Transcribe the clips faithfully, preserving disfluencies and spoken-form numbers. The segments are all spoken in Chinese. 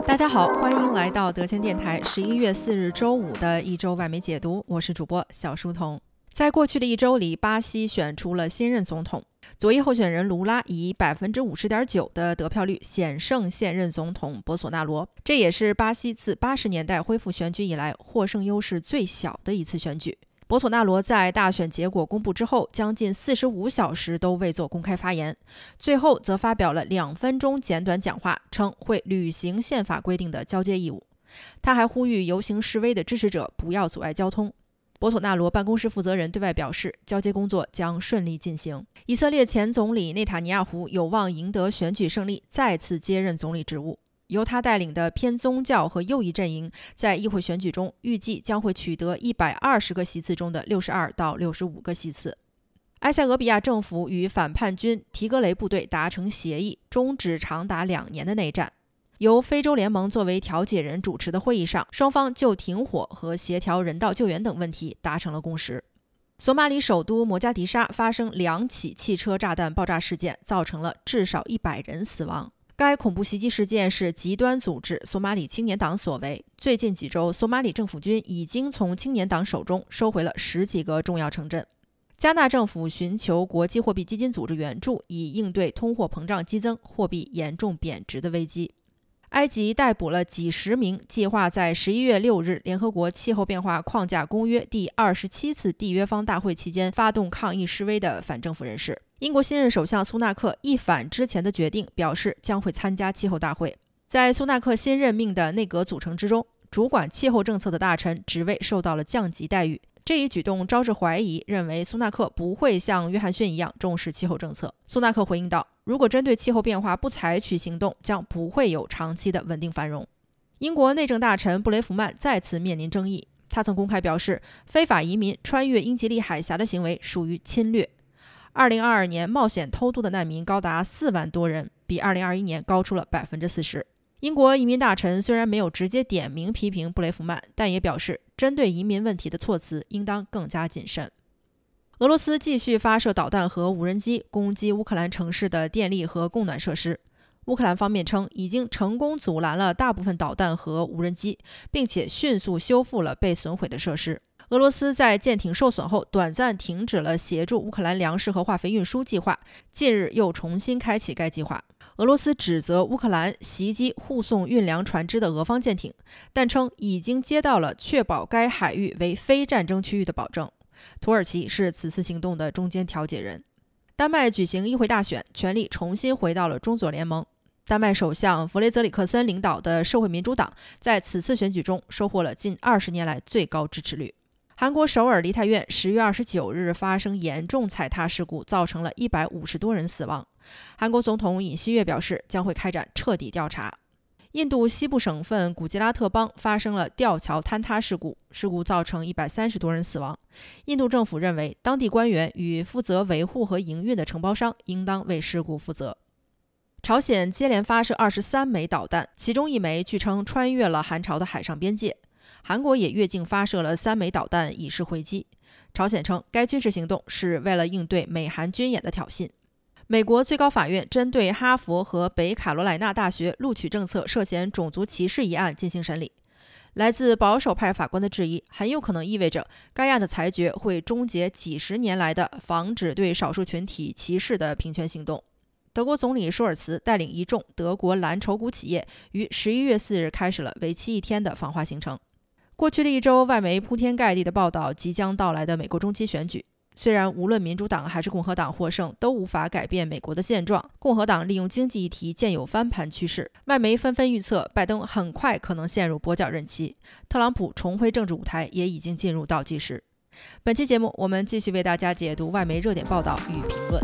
大家好，欢迎来到德谦电台十一月四日周五的一周外媒解读，我是主播小书童。在过去的一周里，巴西选出了新任总统，左翼候选人卢拉以 百分之五十点九 的得票率险胜现任总统博索纳罗，这也是巴西自八十年代恢复选举以来获胜优势最小的一次选举。博索纳罗在大选结果公布之后，将近四十五小时都未做公开发言，最后则发表了两分钟简短讲话，称会履行宪法规定的交接义务。他还呼吁游行示威的支持者不要阻碍交通。博索纳罗办公室负责人对外表示，交接工作将顺利进行。以色列前总理内塔尼亚胡有望赢得选举胜利，再次接任总理职务。由他带领的偏宗教和右翼阵营在议会选举中预计将会取得一百二十个席次中的六十二到六十五个席次。埃塞俄比亚政府与反叛军提格雷部队达成协议，终止长达两年的内战。由非洲联盟作为调解人主持的会议上，双方就停火和协调人道救援等问题达成了共识。索马里首都摩加迪沙发生两起汽车炸弹爆炸事件，造成了至少一百人死亡。该恐怖袭击事件是极端组织索马里青年党所为。最近几周，索马里政府军已经从青年党手中收回了十几个重要城镇。加纳政府寻求国际货币基金组织援助，以应对通货膨胀激增、货币严重贬值的危机。埃及逮捕了几十名计划在十一月六日联合国气候变化框架公约第二十七次缔约方大会期间发动抗议示威的反政府人士。英国新任首相苏纳克一反之前的决定，表示将会参加气候大会。在苏纳克新任命的内阁组成之中，主管气候政策的大臣职位受到了降级待遇。这一举动招致怀疑，认为苏纳克不会像约翰逊一样重视气候政策。苏纳克回应道，如果针对气候变化不采取行动，将不会有长期的稳定繁荣。英国内政大臣布雷弗曼再次面临争议，他曾公开表示，非法移民穿越英吉利海峡的行为属于侵略。二零二二年冒险偷渡的难民高达四万多人，比二零二一年高出了 百分之四十。英国移民大臣虽然没有直接点名批评布雷弗曼，但也表示针对移民问题的措辞应当更加谨慎。俄罗斯继续发射导弹和无人机攻击乌克兰城市的电力和供暖设施。乌克兰方面称已经成功阻拦了大部分导弹和无人机，并且迅速修复了被损毁的设施。俄罗斯在舰艇受损后短暂停止了协助乌克兰粮食和化肥运输计划，近日又重新开启该计划。俄罗斯指责乌克兰袭击护送运粮船只的俄方舰艇，但称已经接到了确保该海域为非战争区域的保证。土耳其是此次行动的中间调解人。丹麦举行议会大选，权力重新回到了中左联盟。丹麦首相弗雷泽里克森领导的社会民主党在此次选举中收获了近二十年来最高支持率。韩国首尔梨泰院十月二十九日发生严重踩踏事故，造成了一百五十多人死亡。韩国总统尹锡悦表示将会开展彻底调查。印度西部省份古吉拉特邦发生了吊桥坍塌事故，事故造成一百三十多人死亡。印度政府认为当地官员与负责维护和营运的承包商应当为事故负责。朝鲜接连发射二十三枚导弹，其中一枚据称穿越了韩朝的海上边界。韩国也越境发射了三枚导弹以示回击。朝鲜称该军事行动是为了应对美韩军演的挑衅。美国最高法院针对哈佛和北卡罗来纳大学录取政策涉嫌种族歧视一案进行审理。来自保守派法官的质疑很有可能意味着该案的裁决会终结几十年来的防止对少数群体歧视的平权行动。德国总理舒尔茨带领一众德国蓝筹股企业于十一月四日开始了为期一天的访华行程。过去的一周，外媒铺天盖地的报道即将到来的美国中期选举。虽然无论民主党还是共和党获胜，都无法改变美国的现状。共和党利用经济议题渐有翻盘趋势，外媒纷纷预测拜登很快可能陷入跛脚任期，特朗普重回政治舞台也已经进入倒计时。本期节目，我们继续为大家解读外媒热点报道与评论。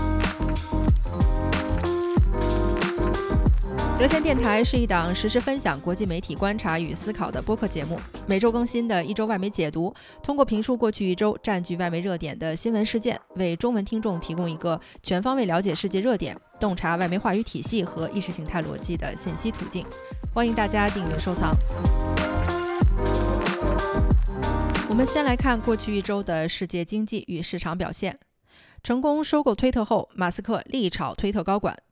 德谦电台是一档实时分享国际媒体观察与思考的播客节目，每周更新的一周外媒解读，通过评述过去一周占据外媒热点的新闻事件，为中文听众提供一个全方位了解世界热点、洞察外媒话语体系和意识形态逻辑的信息途径。欢迎大家订阅收藏。我们先来看过去一周的世界经济与市场表现。成功收购推特后，马斯克力炒推特高管，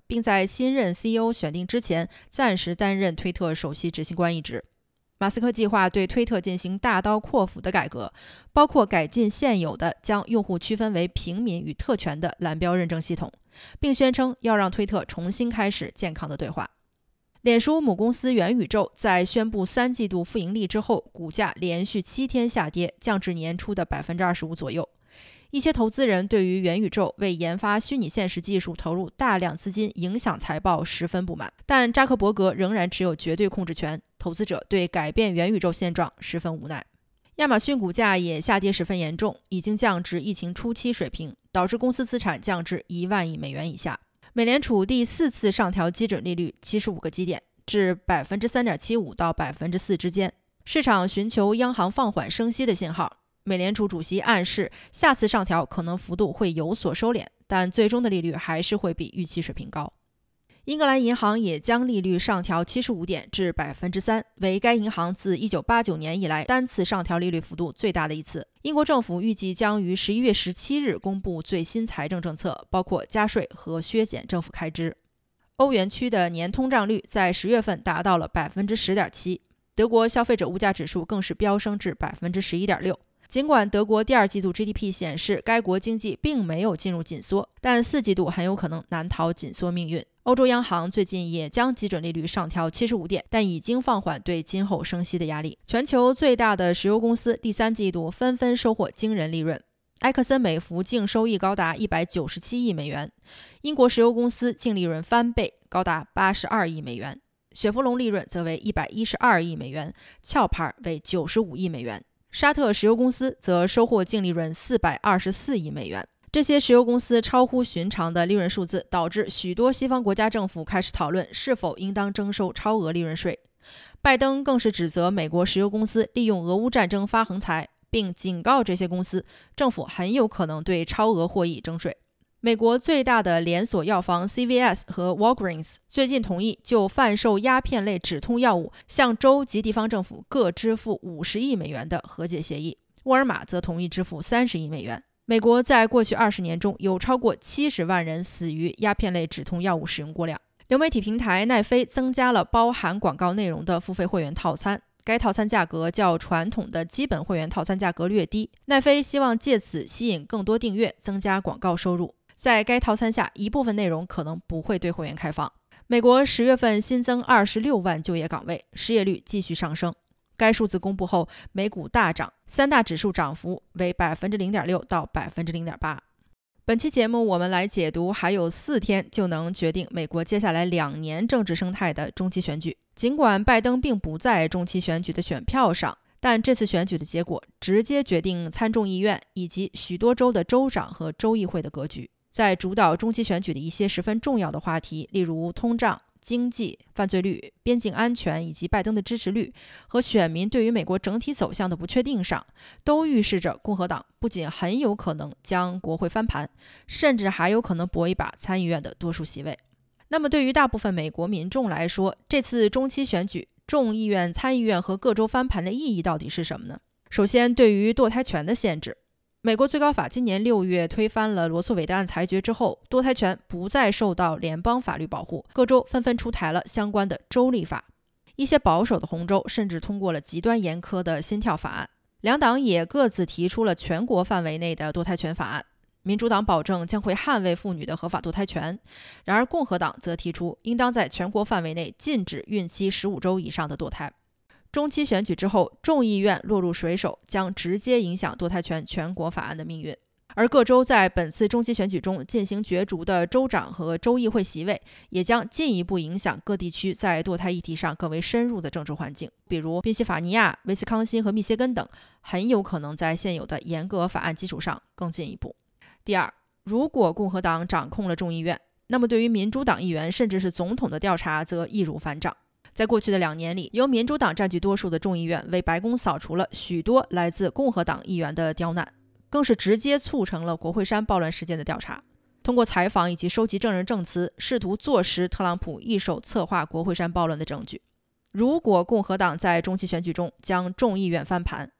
并在新任 C E O 选定之前暂时担任推特首席执行官一职。马斯克计划对推特进行大刀阔斧的改革，包括改进现有的将用户区分为平民与特权的蓝标认证系统，并宣称要让推特重新开始健康的对话。脸书母公司元宇宙在宣布三季度负盈利之后，股价连续七天下跌，降至年初的 百分之二十五 左右。一些投资人对于元宇宙为研发虚拟现实技术投入大量资金影响财报十分不满，但扎克伯格仍然持有绝对控制权，投资者对改变元宇宙现状十分无奈。亚马逊股价也下跌十分严重，已经降至疫情初期水平，导致公司资产降至一万亿美元以下。美联储第四次上调基准利率七十五个基点，至 百分之三点七五 到 百分之四 之间，市场寻求央行放缓升息的信号。美联储主席暗示下次上调可能幅度会有所收敛，但最终的利率还是会比预期水平高。英格兰银行也将利率上调七十五点至 百分之三， 为该银行自一九八九年以来单次上调利率幅度最大的一次。英国政府预计将于十一月十七日公布最新财政政策，包括加税和削减政府开支。欧元区的年通胀率在十月份达到了 百分之十点七， 德国消费者物价指数更是飙升至 百分之十一点六。尽管德国第二季度 G D P 显示该国经济并没有进入紧缩，但四季度很有可能难逃紧缩命运。欧洲央行最近也将基准利率上调七十五点，但已经放缓对今后升息的压力。全球最大的石油公司第三季度纷纷收获惊人利润，埃克森美孚净收益高达一百九十七亿美元，英国石油公司净利润翻倍，高达八十二亿美元，雪佛龙利润则为一百一十二亿美元，壳牌为九十五亿美元。沙特石油公司则收获净利润四百二十四亿美元。这些石油公司超乎寻常的利润数字，导致许多西方国家政府开始讨论是否应当征收超额利润税。拜登更是指责美国石油公司利用俄乌战争发横财，并警告这些公司，政府很有可能对超额获益征税。美国最大的连锁药房 C V S 和 Walgreens 最近同意就贩售鸦片类止痛药物向州及地方政府各支付五十亿美元的和解协议，沃尔玛则同意支付三十亿美元。美国在过去二十年中有超过七十万人死于鸦片类止痛药物使用过量。流媒体平台奈飞增加了包含广告内容的付费会员套餐，该套餐价格较传统的基本会员套餐价格略低，奈飞希望借此吸引更多订阅，增加广告收入。在该套餐下，一部分内容可能不会对会员开放。美国十月份新增二十六万就业岗位，失业率继续上升。该数字公布后，美股大涨，三大指数涨幅为 百分之零点六 到 百分之零点八。本期节目我们来解读还有四天就能决定美国接下来两年政治生态的中期选举。尽管拜登并不在中期选举的选票上，但这次选举的结果直接决定参众议院以及许多州的州长和州议会的格局。在主导中期选举的一些十分重要的话题，例如通胀、经济、犯罪率、边境安全以及拜登的支持率和选民对于美国整体走向的不确定上，都预示着共和党不仅很有可能将国会翻盘，甚至还有可能搏一把参议院的多数席位。那么对于大部分美国民众来说，这次中期选举众议院、参议院和各州翻盘的意义到底是什么呢？首先，对于堕胎权的限制，美国最高法今年六月推翻了罗素韦德案裁决之后，堕胎权不再受到联邦法律保护，各州纷纷出台了相关的州立法。一些保守的红州甚至通过了极端严苛的心跳法案。两党也各自提出了全国范围内的堕胎权法案。民主党保证将会捍卫妇女的合法堕胎权，然而共和党则提出应当在全国范围内禁止孕期十五周以上的堕胎。中期选举之后，众议院落入水手，将直接影响堕胎权全国法案的命运。而各州在本次中期选举中进行角逐的州长和州议会席位，也将进一步影响各地区在堕胎议题上更为深入的政治环境。比如宾夕法尼亚、威斯康辛和密歇根等，很有可能在现有的严格法案基础上更进一步。第二，如果共和党掌控了众议院，那么对于民主党议员甚至是总统的调查则易如反掌。在过去的两年里，由民主党占据多数的众议院为白宫扫除了许多来自共和党议员的刁难，更是直接促成了国会山暴乱事件的调查。通过采访以及收集证人证词，试图坐实特朗普一手策划国会山暴乱的证据。如果共和党在中期选举中将众议院翻盘，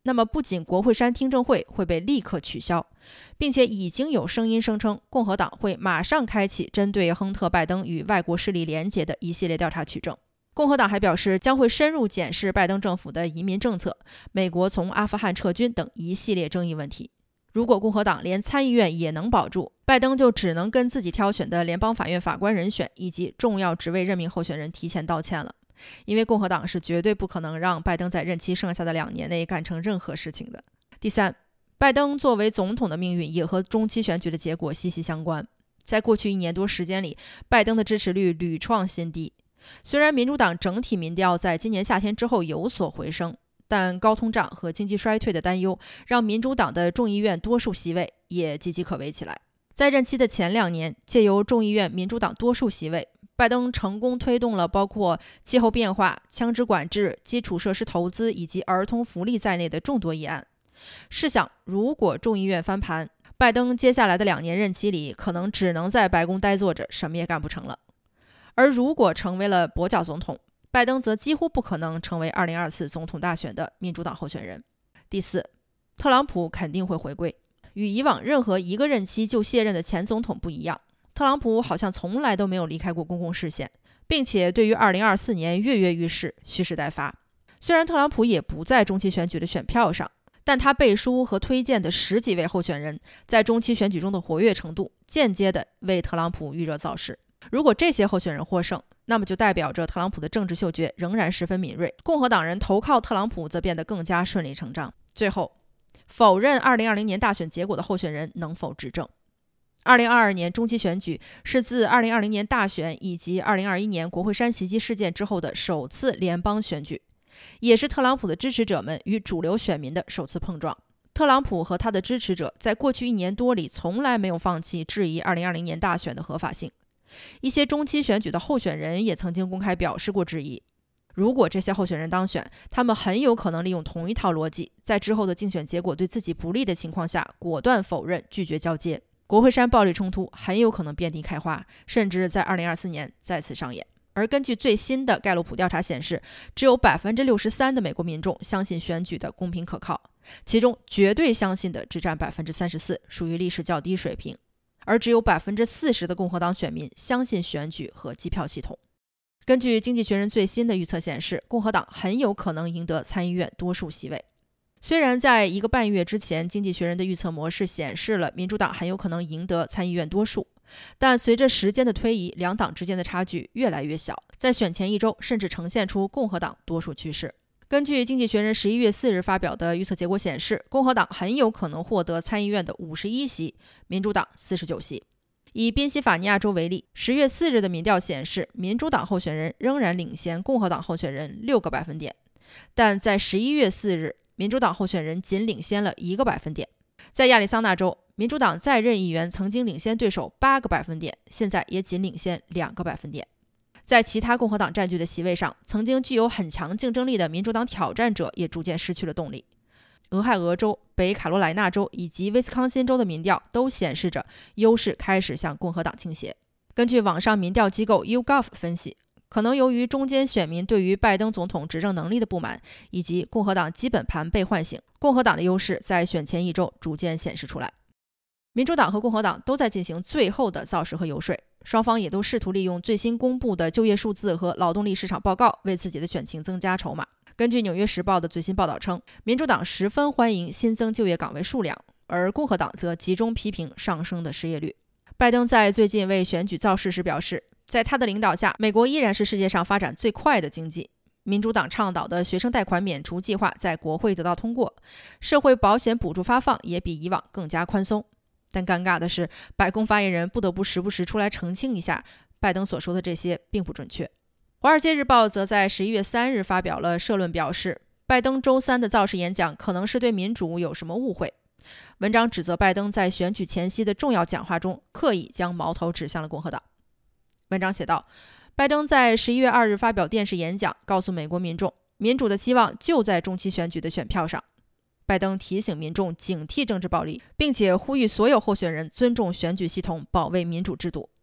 那么不仅国会山听证会会被立刻取消，并且已经有声音声称共和党会马上开启针对亨特·拜登与外国势力连结的一系列调查取证。共和党还表示将会深入检视拜登政府的移民政策、美国从阿富汗撤军等一系列争议问题。如果共和党连参议院也能保住，拜登就只能跟自己挑选的联邦法院法官人选以及重要职位任命候选人提前道歉了。因为共和党是绝对不可能让拜登在任期剩下的两年内干成任何事情的。第三，拜登作为总统的命运也和中期选举的结果息息相关。在过去一年多时间里，拜登的支持率屡创新低。虽然民主党整体民调在今年夏天之后有所回升，但高通胀和经济衰退的担忧让民主党的众议院多数席位也岌岌可危起来。在任期的前两年，借由众议院民主党多数席位，拜登成功推动了包括气候变化、枪支管制、基础设施投资以及儿童福利在内的众多议案。试想，如果众议院翻盘，拜登接下来的两年任期里可能只能在白宫呆坐着，什么也干不成了。而如果成为了跛脚总统，拜登则几乎不可能成为二零二四总统大选的民主党候选人。第四，特朗普肯定会回归。与以往任何一个任期就卸任的前总统不一样，特朗普好像从来都没有离开过公共视线，并且对于二零二四年跃跃欲试，蓄势待发。虽然特朗普也不在中期选举的选票上，但他背书和推荐的十几位候选人在中期选举中的活跃程度，间接地为特朗普预热造势。如果这些候选人获胜，那么就代表着特朗普的政治嗅觉仍然十分敏锐，共和党人投靠特朗普则变得更加顺理成章。最后，否认二零二零年大选结果的候选人能否执政？二零二二年中期选举是自二零二零年大选以及二零二一年国会山袭击事件之后的首次联邦选举，也是特朗普的支持者们与主流选民的首次碰撞。特朗普和他的支持者在过去一年多里从来没有放弃质疑二零二零年大选的合法性。一些中期选举的候选人也曾经公开表示过质疑。如果这些候选人当选，他们很有可能利用同一套逻辑，在之后的竞选结果对自己不利的情况下，果断否认、拒绝交接。国会山暴力冲突很有可能遍地开花，甚至在二零二四年再次上演。而根据最新的盖洛普调查显示，只有 百分之六十三 的美国民众相信选举的公平可靠，其中绝对相信的只占 百分之三十四， 属于历史较低水平。而只有 百分之四十 的共和党选民相信选举和计票系统。根据经济学人最新的预测显示，共和党很有可能赢得参议院多数席位。虽然在一个半月之前，经济学人的预测模式显示了民主党很有可能赢得参议院多数，但随着时间的推移，两党之间的差距越来越小，在选前一周甚至呈现出共和党多数趋势。根据经济学人十一月四日发表的预测结果显示，共和党很有可能获得参议院的五十一席，民主党四十九席。以宾夕法尼亚州为例，十月四日的民调显示，民主党候选人仍然领先共和党候选人六个百分点，但在十一月四日，民主党候选人仅领先了一个百分点。在亚利桑那州，民主党在任议员曾经领先对手八个百分点，现在也仅领先两个百分点。在其他共和党占据的席位上，曾经具有很强竞争力的民主党挑战者也逐渐失去了动力。俄亥俄州、北卡罗来纳州以及威斯康辛州的民调都显示着优势开始向共和党倾斜。根据网上民调机构 YouGov 分析，可能由于中间选民对于拜登总统执政能力的不满，以及共和党基本盘被唤醒，共和党的优势在选前一周逐渐显示出来。民主党和共和党都在进行最后的造势和游说，双方也都试图利用最新公布的就业数字和劳动力市场报告为自己的选情增加筹码。根据《纽约时报》的最新报道称，民主党十分欢迎新增就业岗位数量，而共和党则集中批评上升的失业率。拜登在最近为选举造势时表示，在他的领导下，美国依然是世界上发展最快的经济。民主党倡导的学生贷款免除计划在国会得到通过，社会保险补助发放也比以往更加宽松。但尴尬的是，白宫发言人不得不时不时出来澄清一下，拜登所说的这些并不准确。华尔街日报则在十一月三日发表了社论，表示拜登周三的造势演讲可能是对民主有什么误会。文章指责拜登在选举前夕的重要讲话中刻意将矛头指向了共和党。文章写道，拜登在十一月二日发表电视演讲，告诉美国民众，民主的希望就在中期选举的选票上。拜登提醒民众警惕政治暴力，并且呼吁所有候选人尊重选举系统，保卫民主制度。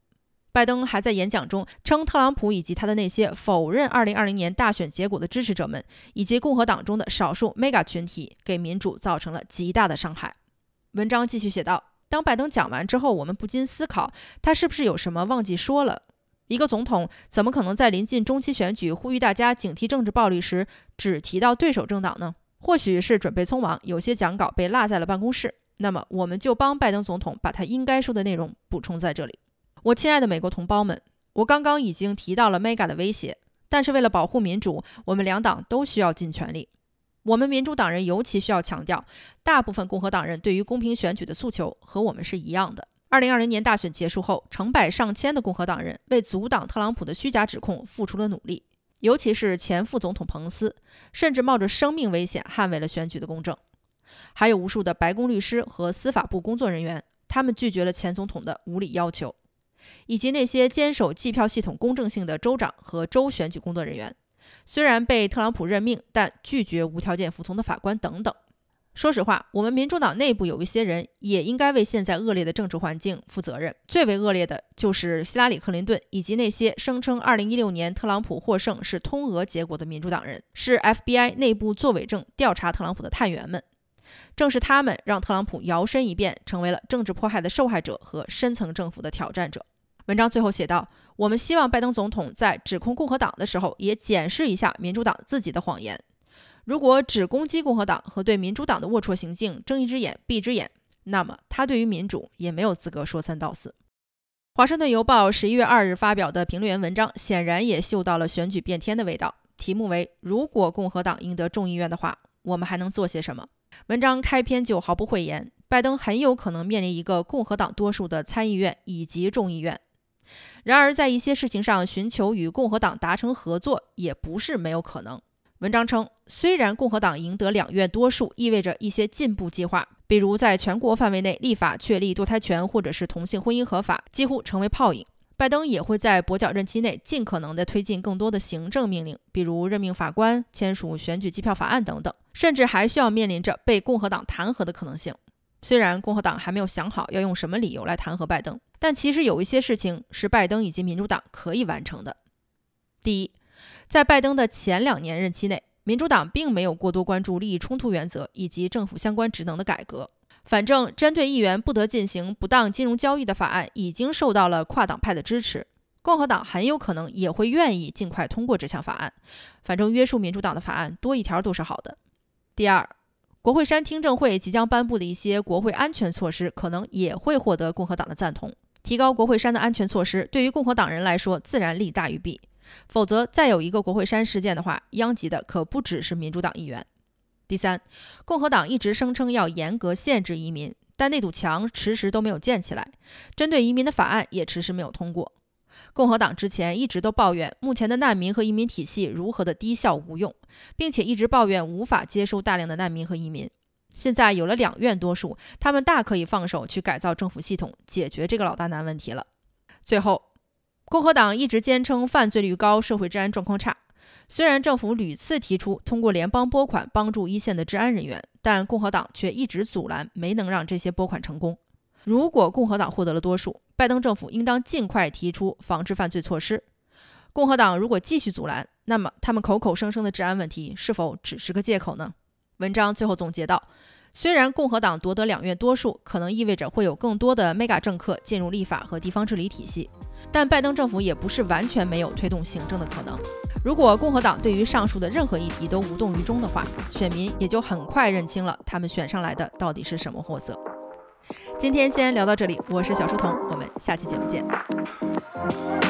拜登还在演讲中称，特朗普以及他的那些否认二零二零年大选结果的支持者们，以及共和党中的少数 mega 群体，给民主造成了极大的伤害。文章继续写道，当拜登讲完之后，我们不禁思考，他是不是有什么忘记说了？一个总统怎么可能在临近中期选举呼吁大家警惕政治暴力时，只提到对手政党呢？或许是准备匆忙，有些讲稿被落在了办公室，那么我们就帮拜登总统把他应该说的内容补充在这里。我亲爱的美国同胞们，我刚刚已经提到了 mega 的威胁，但是为了保护民主，我们两党都需要尽全力。我们民主党人尤其需要强调，大部分共和党人对于公平选举的诉求和我们是一样的。二零二零年大选结束后，成百上千的共和党人为阻挡特朗普的虚假指控付出了努力，尤其是前副总统彭斯，甚至冒着生命危险捍卫了选举的公正。还有无数的白宫律师和司法部工作人员，他们拒绝了前总统的无理要求，以及那些坚守计票系统公正性的州长和州选举工作人员，虽然被特朗普任命，但拒绝无条件服从的法官等等。说实话，我们民主党内部有一些人也应该为现在恶劣的政治环境负责任。最为恶劣的就是希拉里·克林顿以及那些声称二零一六年特朗普获胜是通俄结果的民主党人，是 F B I 内部作伪证调查特朗普的探员们。正是他们让特朗普摇身一变，成为了政治迫害的受害者和深层政府的挑战者。文章最后写道，我们希望拜登总统在指控共和党的时候，也检视一下民主党自己的谎言。如果只攻击共和党和对民主党的龌龊行径睁一只眼闭一只眼，那么他对于民主也没有资格说三道四。华盛顿邮报十一月二日发表的评论员文章显然也嗅到了选举变天的味道，题目为如果共和党赢得众议院的话，我们还能做些什么？文章开篇就毫不讳言，拜登很有可能面临一个共和党多数的参议院以及众议院。然而在一些事情上寻求与共和党达成合作也不是没有可能。文章称，虽然共和党赢得两院多数意味着一些进步计划，比如在全国范围内立法确立堕胎权或者是同性婚姻合法，几乎成为泡影。拜登也会在跛脚任期内尽可能地推进更多的行政命令，比如任命法官、签署选举计票法案等等，甚至还需要面临着被共和党弹劾的可能性。虽然共和党还没有想好要用什么理由来弹劾拜登，但其实有一些事情是拜登以及民主党可以完成的。第一，在拜登的前两年任期内，民主党并没有过多关注利益冲突原则以及政府相关职能的改革。反正针对议员不得进行不当金融交易的法案已经受到了跨党派的支持，共和党很有可能也会愿意尽快通过这项法案。反正约束民主党的法案多一条都是好的。第二，国会山听证会即将颁布的一些国会安全措施可能也会获得共和党的赞同。提高国会山的安全措施对于共和党人来说自然利大于弊，否则再有一个国会山事件的话，殃及的可不只是民主党议员。第三，共和党一直声称要严格限制移民，但那堵墙迟迟都没有建起来，针对移民的法案也迟迟没有通过。共和党之前一直都抱怨目前的难民和移民体系如何的低效无用，并且一直抱怨无法接收大量的难民和移民。现在有了两院多数，他们大可以放手去改造政府系统，解决这个老大难问题了。最后，共和党一直坚称犯罪率高，社会治安状况差。虽然政府屡次提出通过联邦拨款帮助一线的治安人员，但共和党却一直阻拦，没能让这些拨款成功。如果共和党获得了多数，拜登政府应当尽快提出防治犯罪措施。共和党如果继续阻拦，那么他们口口声声的治安问题是否只是个借口呢？文章最后总结道，虽然共和党夺得两院多数可能意味着会有更多的 mega 政客进入立法和地方治理体系，但拜登政府也不是完全没有推动行政的可能。如果共和党对于上述的任何议题都无动于衷的话，选民也就很快认清了他们选上来的到底是什么货色。今天先聊到这里，我是小书童，我们下期节目见。